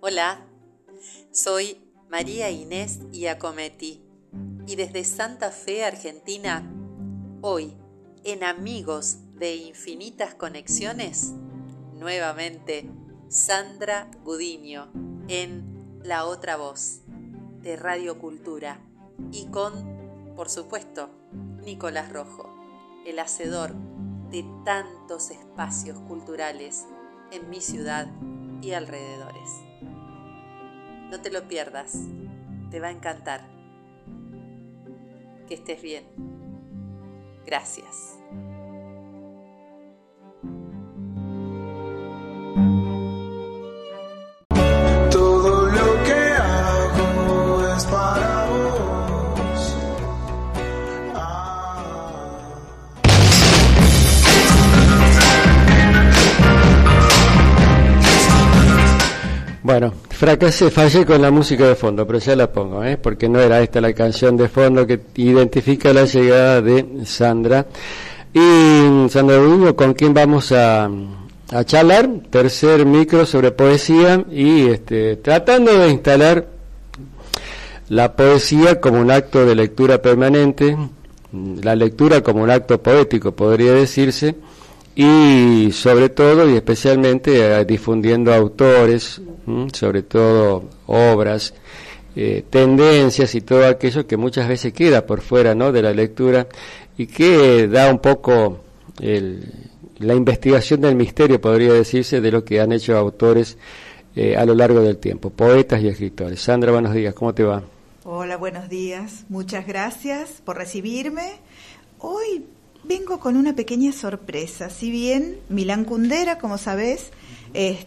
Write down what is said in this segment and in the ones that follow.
Hola, soy María Inés Iacometti y desde Santa Fe, Argentina, hoy en Amigos de Infinitas Conexiones, nuevamente Sandra Gudiño en La Otra Voz de Radio Cultura y con, por supuesto, Nicolás Rojo, el hacedor de tantos espacios culturales en mi ciudad y alrededores. No te lo pierdas, te va a encantar. Que estés bien. Gracias. Todo lo que hago es para vos. Bueno, fallé con la música de fondo, pero ya la pongo, porque no era esta la canción de fondo que identifica la llegada de Sandra. Y Sandra Gudiño, con quien vamos a charlar, tercer micro sobre poesía y tratando de instalar la poesía como un acto de lectura permanente, la lectura como un acto poético, podría decirse, y sobre todo y especialmente difundiendo autores, sobre todo obras, tendencias y todo aquello que muchas veces queda por fuera, ¿no?, de la lectura y que da un poco la investigación del misterio, podría decirse, de lo que han hecho autores a lo largo del tiempo, poetas y escritores. Sandra, buenos días, ¿cómo te va? Hola, buenos días, muchas gracias por recibirme. Hoy vengo con una pequeña sorpresa. Si bien Milán Kundera, como sabés, es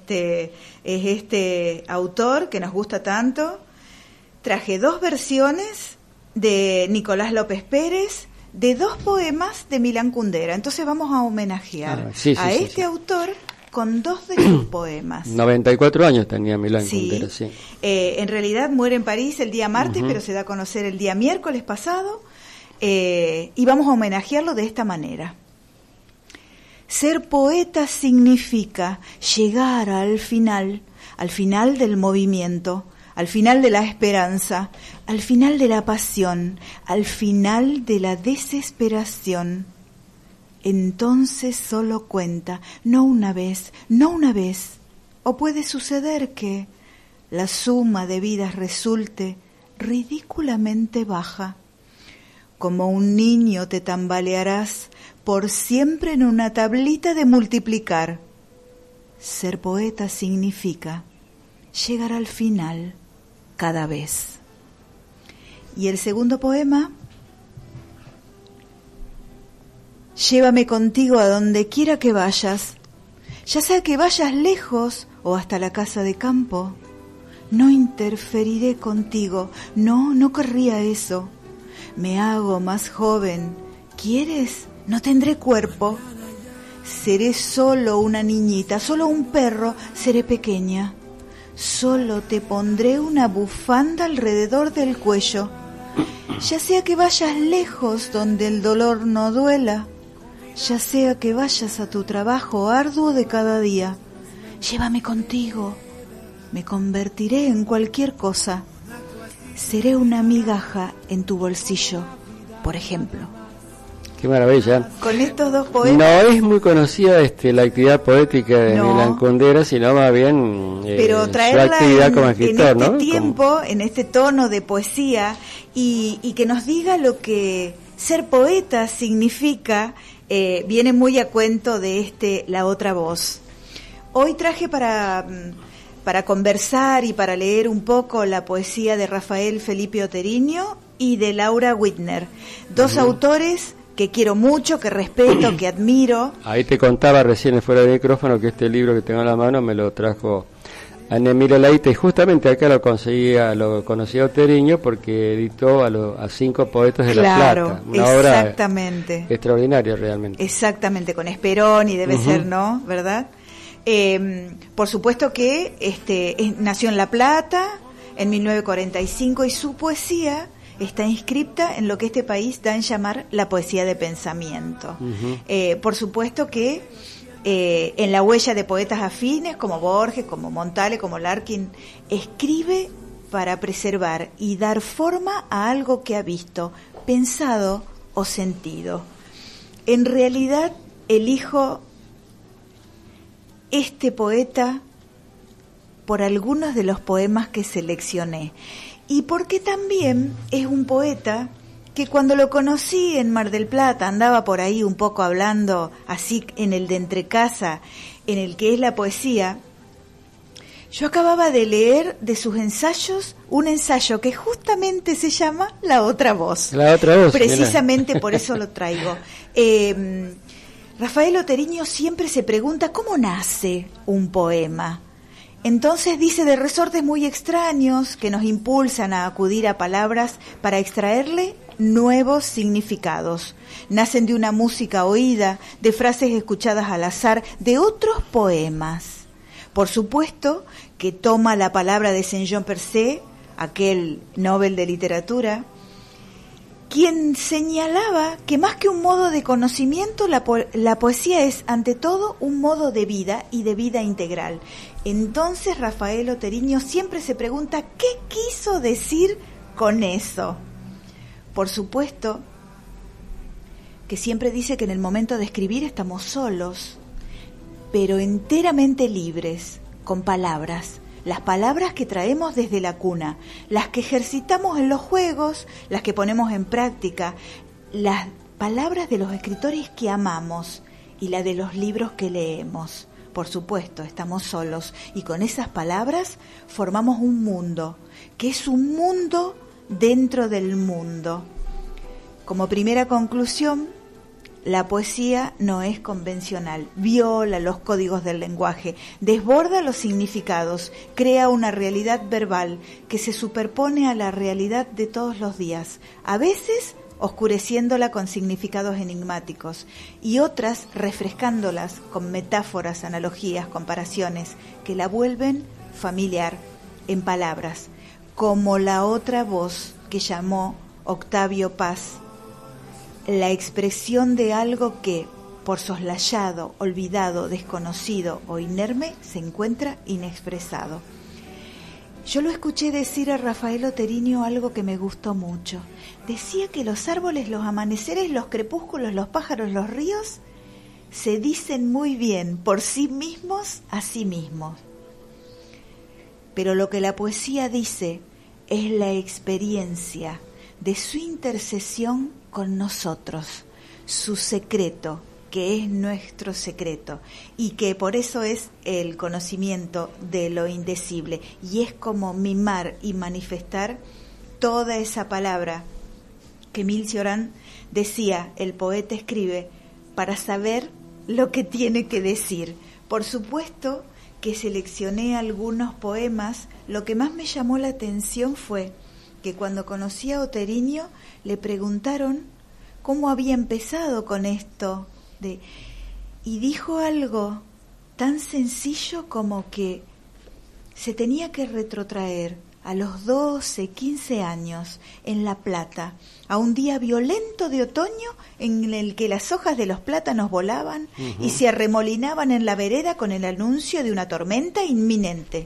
este autor que nos gusta tanto, traje dos versiones de Nicolás López Pérez de dos poemas de Milán Kundera. Entonces vamos a homenajear a este autor con dos de sus poemas. 94 años tenía Milán Kundera, sí. En realidad muere en París el día martes, pero se da a conocer el día miércoles pasado. Y vamos a homenajearlo de esta manera. Ser poeta significa llegar al final del movimiento, al final de la esperanza, al final de la pasión, al final de la desesperación. Entonces solo cuenta, no una vez, o puede suceder que la suma de vidas resulte ridículamente baja. Como un niño te tambalearás por siempre en una tablita de multiplicar. Ser poeta significa llegar al final cada vez. Y el segundo poema: llévame contigo a donde quiera que vayas, ya sea que vayas lejos o hasta la casa de campo. No interferiré contigo, no querría eso. Me hago más joven. ¿Quieres? No tendré cuerpo. Seré solo una niñita, solo un perro, seré pequeña. Solo te pondré una bufanda alrededor del cuello. Ya sea que vayas lejos donde el dolor no duela, ya sea que vayas a tu trabajo arduo de cada día. Llévame contigo. Me convertiré en cualquier cosa. Seré una migaja en tu bolsillo, por ejemplo. Qué maravilla. Con estos dos poemas. No es muy conocida la actividad poética de Milán Kundera, sino más bien pero su actividad como escritor, en este tiempo, en este tono de poesía, y que nos diga lo que ser poeta significa, viene muy a cuento de La Otra Voz. Hoy traje para conversar y para leer un poco la poesía de Rafael Felipe Oteriño y de Laura Whitner, dos autores que quiero mucho, que respeto, que admiro. Ahí te contaba recién fuera de micrófono que este libro que tengo en la mano me lo trajo Anemira Leite, y justamente acá lo conocí a Oteriño porque editó a 5 poetas de La Plata, una obra extraordinaria realmente. Exactamente, con Esperón y debe ser, ¿no? ¿Verdad? Por supuesto que nació en La Plata en 1945 y su poesía está inscripta en lo que este país da en llamar la poesía de pensamiento. Por supuesto que en la huella de poetas afines como Borges, como Montale, como Larkin, escribe para preservar y dar forma a algo que ha visto, pensado o sentido. En realidad, elijo este poeta por algunos de los poemas que seleccioné y porque también es un poeta que cuando lo conocí en Mar del Plata, andaba por ahí un poco hablando así en el de entrecasa, en el que es la poesía. Yo acababa de leer de sus ensayos un ensayo que justamente se llama La Otra Voz. La Otra Voz. Precisamente por eso lo traigo. Rafael Otteriño siempre se pregunta cómo nace un poema. Entonces dice de resortes muy extraños que nos impulsan a acudir a palabras para extraerle nuevos significados. Nacen de una música oída, de frases escuchadas al azar, de otros poemas. Por supuesto que toma la palabra de Saint-Jean Perse, aquel Nobel de Literatura, quien señalaba que más que un modo de conocimiento, la poesía es ante todo un modo de vida y de vida integral. Entonces Rafael Otteriño siempre se pregunta ¿qué quiso decir con eso? Por supuesto que siempre dice que en el momento de escribir estamos solos, pero enteramente libres, con palabras. Las palabras que traemos desde la cuna, las que ejercitamos en los juegos, las que ponemos en práctica, las palabras de los escritores que amamos y la de los libros que leemos. Por supuesto, estamos solos y con esas palabras formamos un mundo, que es un mundo dentro del mundo. Como primera conclusión, la poesía no es convencional, viola los códigos del lenguaje, desborda los significados, crea una realidad verbal que se superpone a la realidad de todos los días, a veces oscureciéndola con significados enigmáticos y otras refrescándolas con metáforas, analogías, comparaciones que la vuelven familiar en palabras, como La Otra Voz que llamó Octavio Paz, la expresión de algo que, por soslayado, olvidado, desconocido o inerme, se encuentra inexpresado. Yo lo escuché decir a Rafael Otteriño algo que me gustó mucho. Decía que los árboles, los amaneceres, los crepúsculos, los pájaros, los ríos, se dicen muy bien por sí mismos a sí mismos. Pero lo que la poesía dice es la experiencia de su intercesión con nosotros, su secreto, que es nuestro secreto, y que por eso es el conocimiento de lo indecible, y es como mimar y manifestar toda esa palabra que Émile Cioran decía, el poeta escribe para saber lo que tiene que decir. Por supuesto que seleccioné algunos poemas, lo que más me llamó la atención fue que cuando conocí a Otteriño le preguntaron cómo había empezado con esto, y dijo algo tan sencillo como que se tenía que retrotraer a los 12, 15 años en La Plata, a un día violento de otoño en el que las hojas de los plátanos volaban y se arremolinaban en la vereda con el anuncio de una tormenta inminente.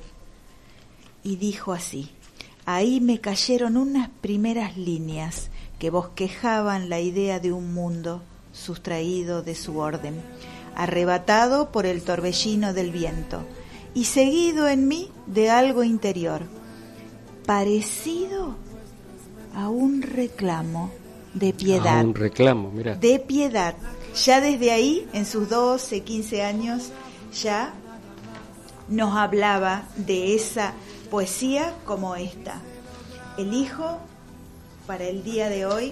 Y dijo así: ahí me cayeron unas primeras líneas que bosquejaban la idea de un mundo sustraído de su orden, arrebatado por el torbellino del viento y seguido en mí de algo interior, parecido a un reclamo de piedad. Un reclamo, mira. De piedad. Ya desde ahí, en sus 12, 15 años, ya nos hablaba de esa poesía como esta. Elijo para el día de hoy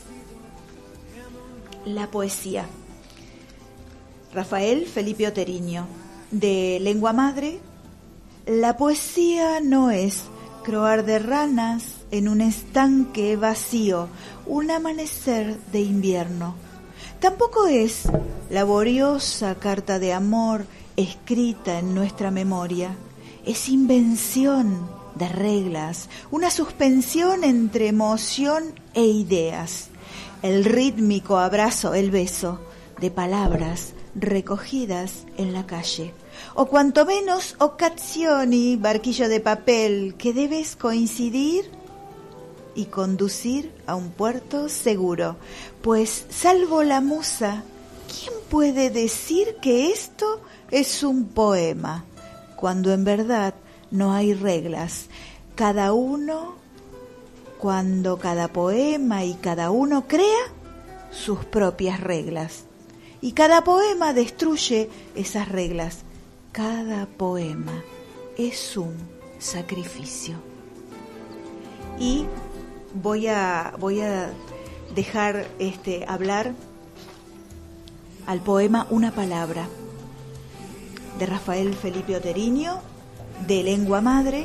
la poesía. Rafael Felipe Otteriño, de Lengua Madre. La poesía no es croar de ranas en un estanque vacío, un amanecer de invierno. Tampoco es laboriosa carta de amor escrita en nuestra memoria. Es invención de reglas, una suspensión entre emoción e ideas. El rítmico abrazo, el beso, de palabras recogidas en la calle, o cuanto menos occazioni, barquillo de papel, que debes coincidir y conducir a un puerto seguro, pues salvo la musa, ¿quién puede decir que esto es un poema? Cuando en verdad no hay reglas, cuando cada poema y cada uno crea sus propias reglas. Y cada poema destruye esas reglas. Cada poema es un sacrificio. Y voy a dejar hablar al poema Una palabra, de Rafael Felipe Oteriño, de Lengua Madre.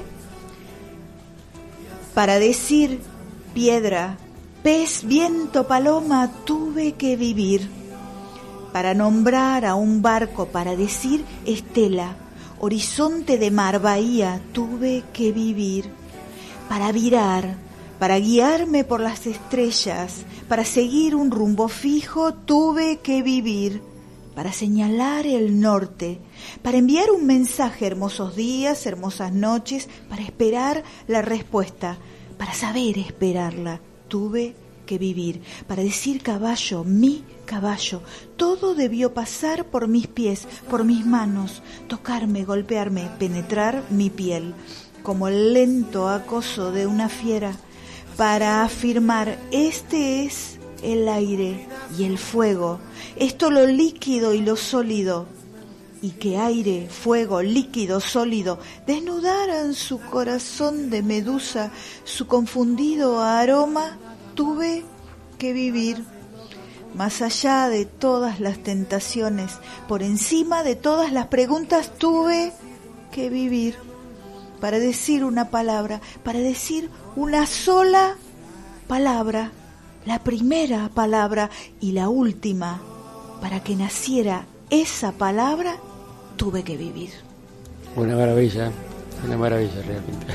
Para decir piedra, pez, viento, paloma, tuve que vivir. Para nombrar a un barco, para decir estela, horizonte de mar, bahía, tuve que vivir. Para virar, para guiarme por las estrellas, para seguir un rumbo fijo, tuve que vivir. Para señalar el norte, para enviar un mensaje, hermosos días, hermosas noches, para esperar la respuesta, para saber esperarla, tuve que vivir. Para decir caballo, mi caballo, todo debió pasar por mis pies, por mis manos, tocarme, golpearme, penetrar mi piel, como el lento acoso de una fiera, para afirmar, este es el aire y el fuego, esto lo líquido y lo sólido, y que aire, fuego, líquido, sólido desnudaran su corazón de medusa, su confundido aroma, tuve que vivir. Más allá de todas las tentaciones, por encima de todas las preguntas, tuve que vivir. Para decir una palabra, para decir una sola palabra, la primera palabra y la última, para que naciera esa palabra, tuve que vivir. Una maravilla realmente.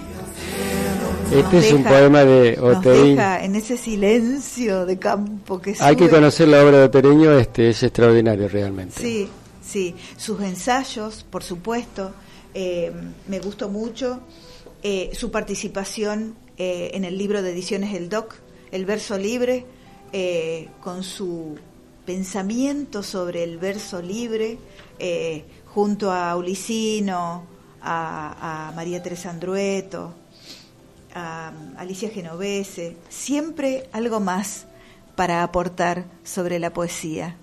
Este es un poema de Oteriño. Nos deja en ese silencio de campo que sube. Hay que conocer la obra de Oteriño, es extraordinario realmente. Sí, sí. Sus ensayos, por supuesto, me gustó mucho. Su participación en el libro de ediciones El Doc, El verso libre, con su pensamiento sobre el verso libre, junto a Ulicino, a María Teresa Andrueto, a Alicia Genovese, siempre algo más para aportar sobre la poesía.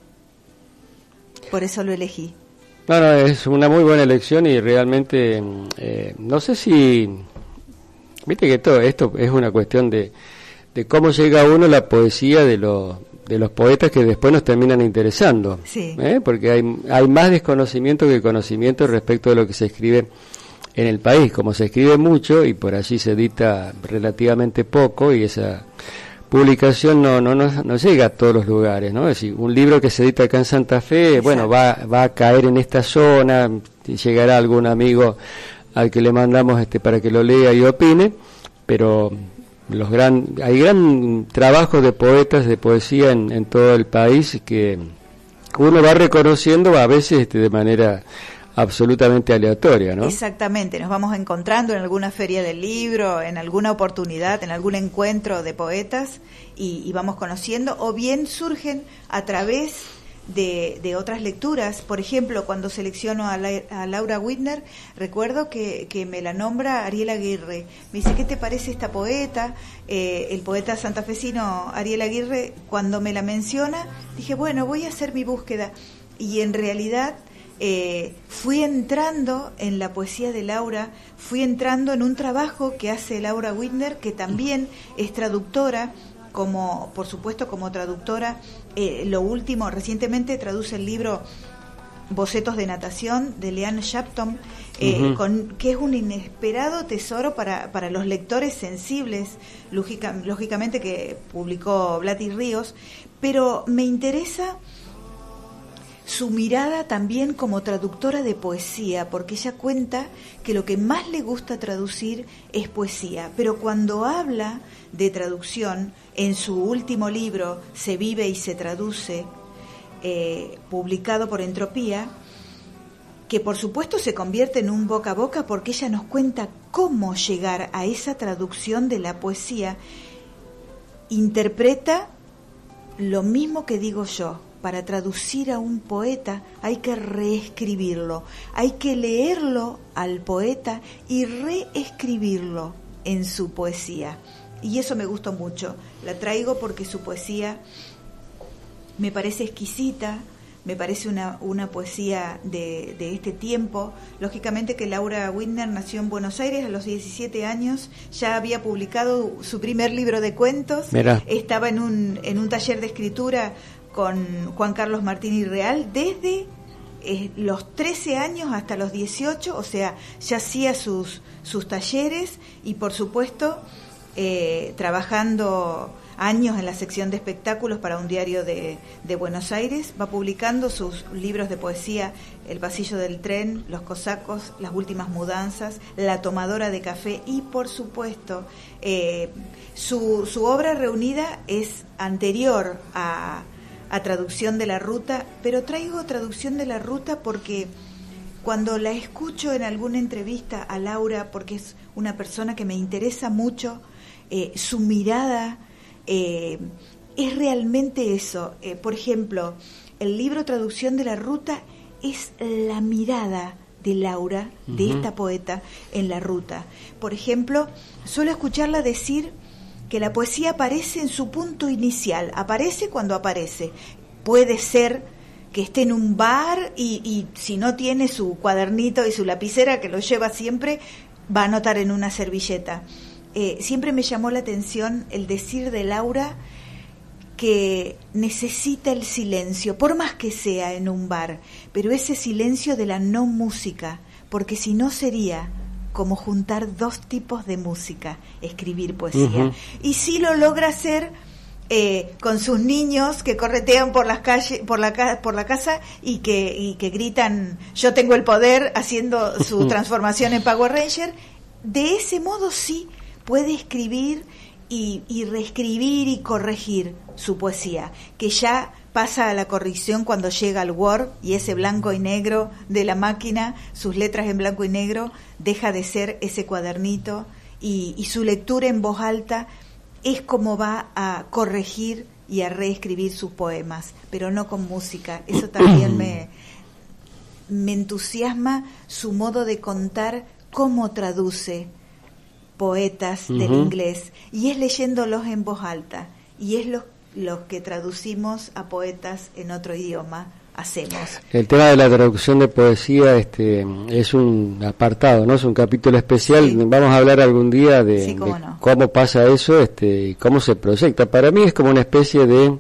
Por eso lo elegí. No, es una muy buena elección y realmente no sé si... Viste que todo esto es una cuestión de cómo llega a uno la poesía de los poetas que después nos terminan interesando. Sí. Porque hay más desconocimiento que conocimiento respecto de lo que se escribe en el país. Como se escribe mucho y por allí se edita relativamente poco y esa publicación no llega a todos los lugares, ¿no? Es decir, un libro que se edita acá en Santa Fe, exacto, bueno, va a caer en esta zona, llegará algún amigo al que le mandamos para que lo lea y opine, pero hay gran trabajo de poetas de poesía en todo el país que uno va reconociendo a veces de manera absolutamente aleatoria, ¿no? Exactamente, nos vamos encontrando en alguna feria del libro, en alguna oportunidad, en algún encuentro de poetas y vamos conociendo, o bien surgen a través de otras lecturas. Por ejemplo, cuando selecciono a Laura Widner, recuerdo que me la nombra Ariel Aguirre. Me dice, ¿qué te parece esta poeta? El poeta santafesino Ariel Aguirre, cuando me la menciona, dije, bueno, voy a hacer mi búsqueda. Y en realidad fui entrando en la poesía de Laura, fui entrando en un trabajo que hace Laura Widner, que también es traductora, por supuesto como traductora. Lo último, recientemente traduce el libro Bocetos de natación de Leanne Shapton, que es un inesperado tesoro para los lectores sensibles, lógicamente, que publicó Blati Ríos, pero me interesa su mirada también como traductora de poesía, porque ella cuenta que lo que más le gusta traducir es poesía, pero cuando habla de traducción, en su último libro, Se vive y se traduce, publicado por Entropía, que por supuesto se convierte en un boca a boca porque ella nos cuenta cómo llegar a esa traducción de la poesía. Interpreta lo mismo que digo yo. Para traducir a un poeta hay que reescribirlo, hay que leerlo al poeta y reescribirlo en su poesía. Y eso me gustó mucho. La traigo porque su poesía me parece exquisita, me parece una poesía de este tiempo. Lógicamente que Laura Widner nació en Buenos Aires a los 17 años, ya había publicado su primer libro de cuentos. Mirá. Estaba en un taller de escritura con Juan Carlos Martínez Real desde los 13 años hasta los 18, o sea, ya hacía sus talleres y por supuesto trabajando años en la sección de espectáculos para un diario de Buenos Aires. Va publicando sus libros de poesía: El pasillo del tren, Los cosacos, Las últimas mudanzas, La tomadora de café y por supuesto su obra reunida es anterior a Traducción de la Ruta, pero traigo Traducción de la Ruta porque cuando la escucho en alguna entrevista a Laura, porque es una persona que me interesa mucho, su mirada es realmente eso. Por ejemplo, el libro Traducción de la Ruta es la mirada de Laura, de esta poeta, en la ruta. Por ejemplo, suelo escucharla decir que la poesía aparece en su punto inicial, aparece cuando aparece. Puede ser que esté en un bar y si no tiene su cuadernito y su lapicera, que lo lleva siempre, va a anotar en una servilleta. Siempre me llamó la atención el decir de Laura que necesita el silencio, por más que sea en un bar, pero ese silencio de la no música, porque si no sería como juntar dos tipos de música, escribir poesía. Y sí lo logra hacer con sus niños que corretean por las calles, por la casa y que gritan "yo tengo el poder", haciendo su transformación en Power Ranger. De ese modo sí puede escribir y reescribir y corregir su poesía, que ya pasa a la corrección cuando llega al Word y ese blanco y negro de la máquina, sus letras en blanco y negro, deja de ser ese cuadernito y su lectura en voz alta es como va a corregir y a reescribir sus poemas, pero no con música. Eso también me entusiasma, su modo de contar cómo traduce poetas del inglés, y es leyéndolos en voz alta, y es lo que traducimos a poetas en otro idioma hacemos. El tema de la traducción de poesía es un apartado, ¿no? Es un capítulo especial. Sí. Vamos a hablar algún día de cómo pasa eso, y cómo se proyecta. Para mí es como una especie de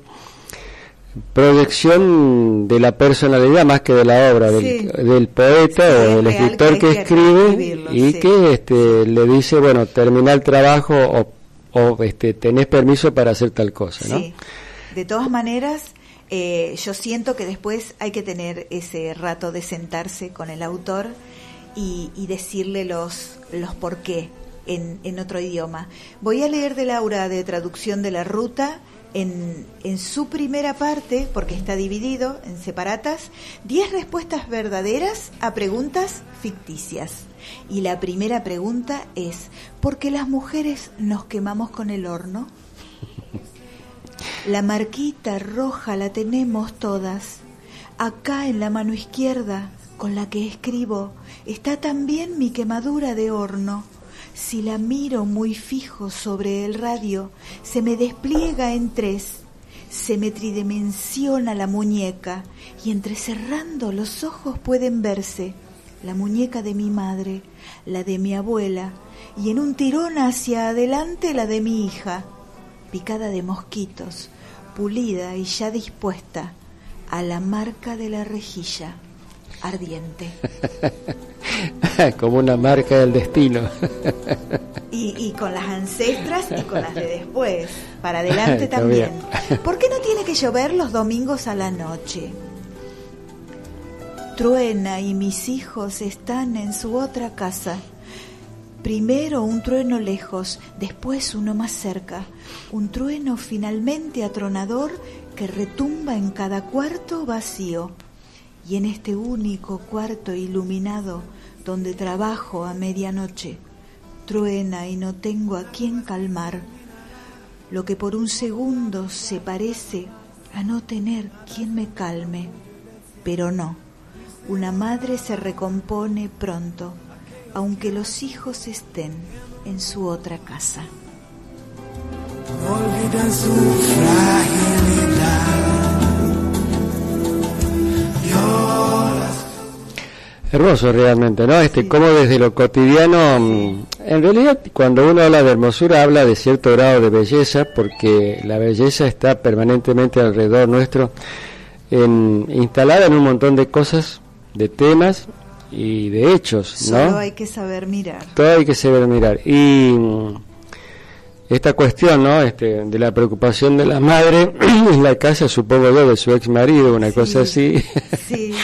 proyección de la personalidad más que de la obra del poeta o del escritor que escribe y que le dice, bueno, termina el trabajo o tenés permiso para hacer tal cosa, ¿no? Sí. De todas maneras, yo siento que después hay que tener ese rato de sentarse con el autor y decirle los por qué en otro idioma. Voy a leer de Laura, de Traducción de la Ruta, en su primera parte, porque está dividido en separatas, 10 respuestas verdaderas a preguntas ficticias. Y la primera pregunta es: ¿por qué las mujeres nos quemamos con el horno? La marquita roja la tenemos todas. Acá en la mano izquierda, con la que escribo, está también mi quemadura de horno. Si la miro muy fijo sobre el radio, se me despliega en 3, se me tridimensiona la muñeca, y entrecerrando los ojos pueden verse la muñeca de mi madre, la de mi abuela, y en un tirón hacia adelante la de mi hija, picada de mosquitos, pulida y ya dispuesta a la marca de la rejilla ardiente. Como una marca del destino. Y con las ancestras y con las de después, para adelante también. ¿Por qué no tiene que llover los domingos a la noche? Truena y mis hijos están en su otra casa. Primero un trueno lejos, después uno más cerca. Un trueno finalmente atronador que retumba en cada cuarto vacío, y en este único cuarto iluminado donde trabajo a medianoche, truena y no tengo a quién calmar lo que por un segundo se parece a no tener quien me calme. Pero no, una madre se recompone pronto, aunque los hijos estén en su otra casa. Olvidan su fragilidad. Hermoso realmente, ¿no? Sí. Como desde lo cotidiano, en realidad cuando uno habla de hermosura habla de cierto grado de belleza, porque la belleza está permanentemente alrededor nuestro, instalada en un montón de cosas, de temas y de hechos, ¿no? Solo hay que saber mirar. Todo hay que saber mirar. Y esta cuestión, ¿no? De la preocupación de la madre en la casa, supongo yo, de su ex marido, una cosa así. Sí.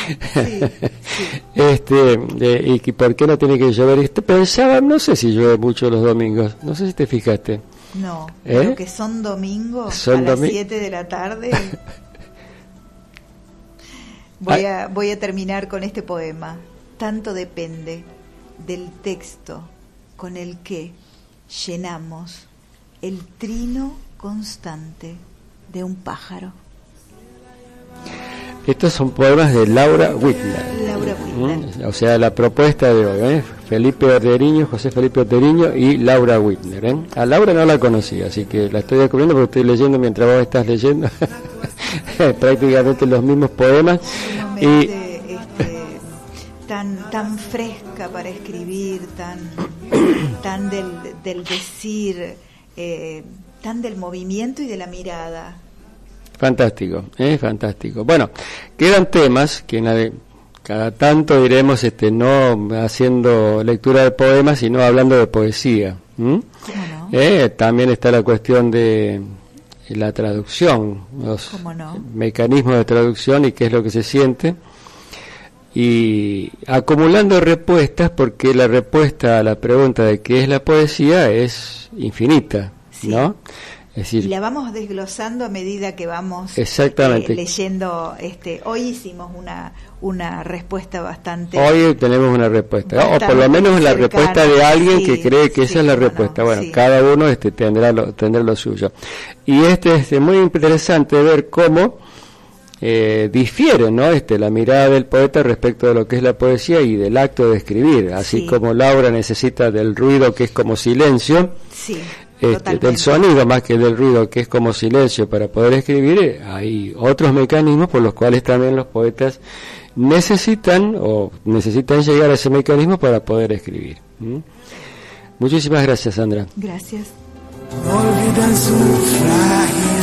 Y por qué no tiene que llover. Esto pensaba, no sé si llueve mucho los domingos, no sé si te fijaste. No, pero que son domingos a las 7 de la tarde. Voy a terminar con este poema. Tanto depende del texto con el que llenamos el trino constante de un pájaro. Estos son poemas de Laura Whitner. O sea, la propuesta de hoy, Felipe Orderiño, José Felipe Orderiño y Laura Whitner. A Laura no la conocía, así que la estoy descubriendo porque estoy leyendo mientras vos estás leyendo prácticamente los mismos poemas. Y tan fresca para escribir, tan del decir, tan del movimiento y de la mirada. Fantástico, fantástico. Bueno, quedan temas que cada tanto iremos no haciendo lectura de poemas, sino hablando de poesía. ¿Cómo no? También está la cuestión de la traducción, los mecanismos de traducción y qué es lo que se siente. Y acumulando respuestas, porque la respuesta a la pregunta de qué es la poesía es infinita, ¿no? Es decir, y la vamos desglosando a medida que vamos leyendo. Hoy hicimos una respuesta bastante. Hoy tenemos una respuesta, o por lo menos la respuesta de alguien que cree que esa es la respuesta. Bueno, cada uno tendrá lo suyo. Y es muy interesante ver cómo difiere, ¿no? La mirada del poeta respecto de lo que es la poesía y del acto de escribir, así como Laura necesita del ruido que es como silencio. Sí. Del sonido más que del ruido que es como silencio para poder escribir, hay otros mecanismos por los cuales también los poetas necesitan llegar a ese mecanismo para poder escribir. Muchísimas gracias, Sandra. Gracias. Olvidan su fragilidad.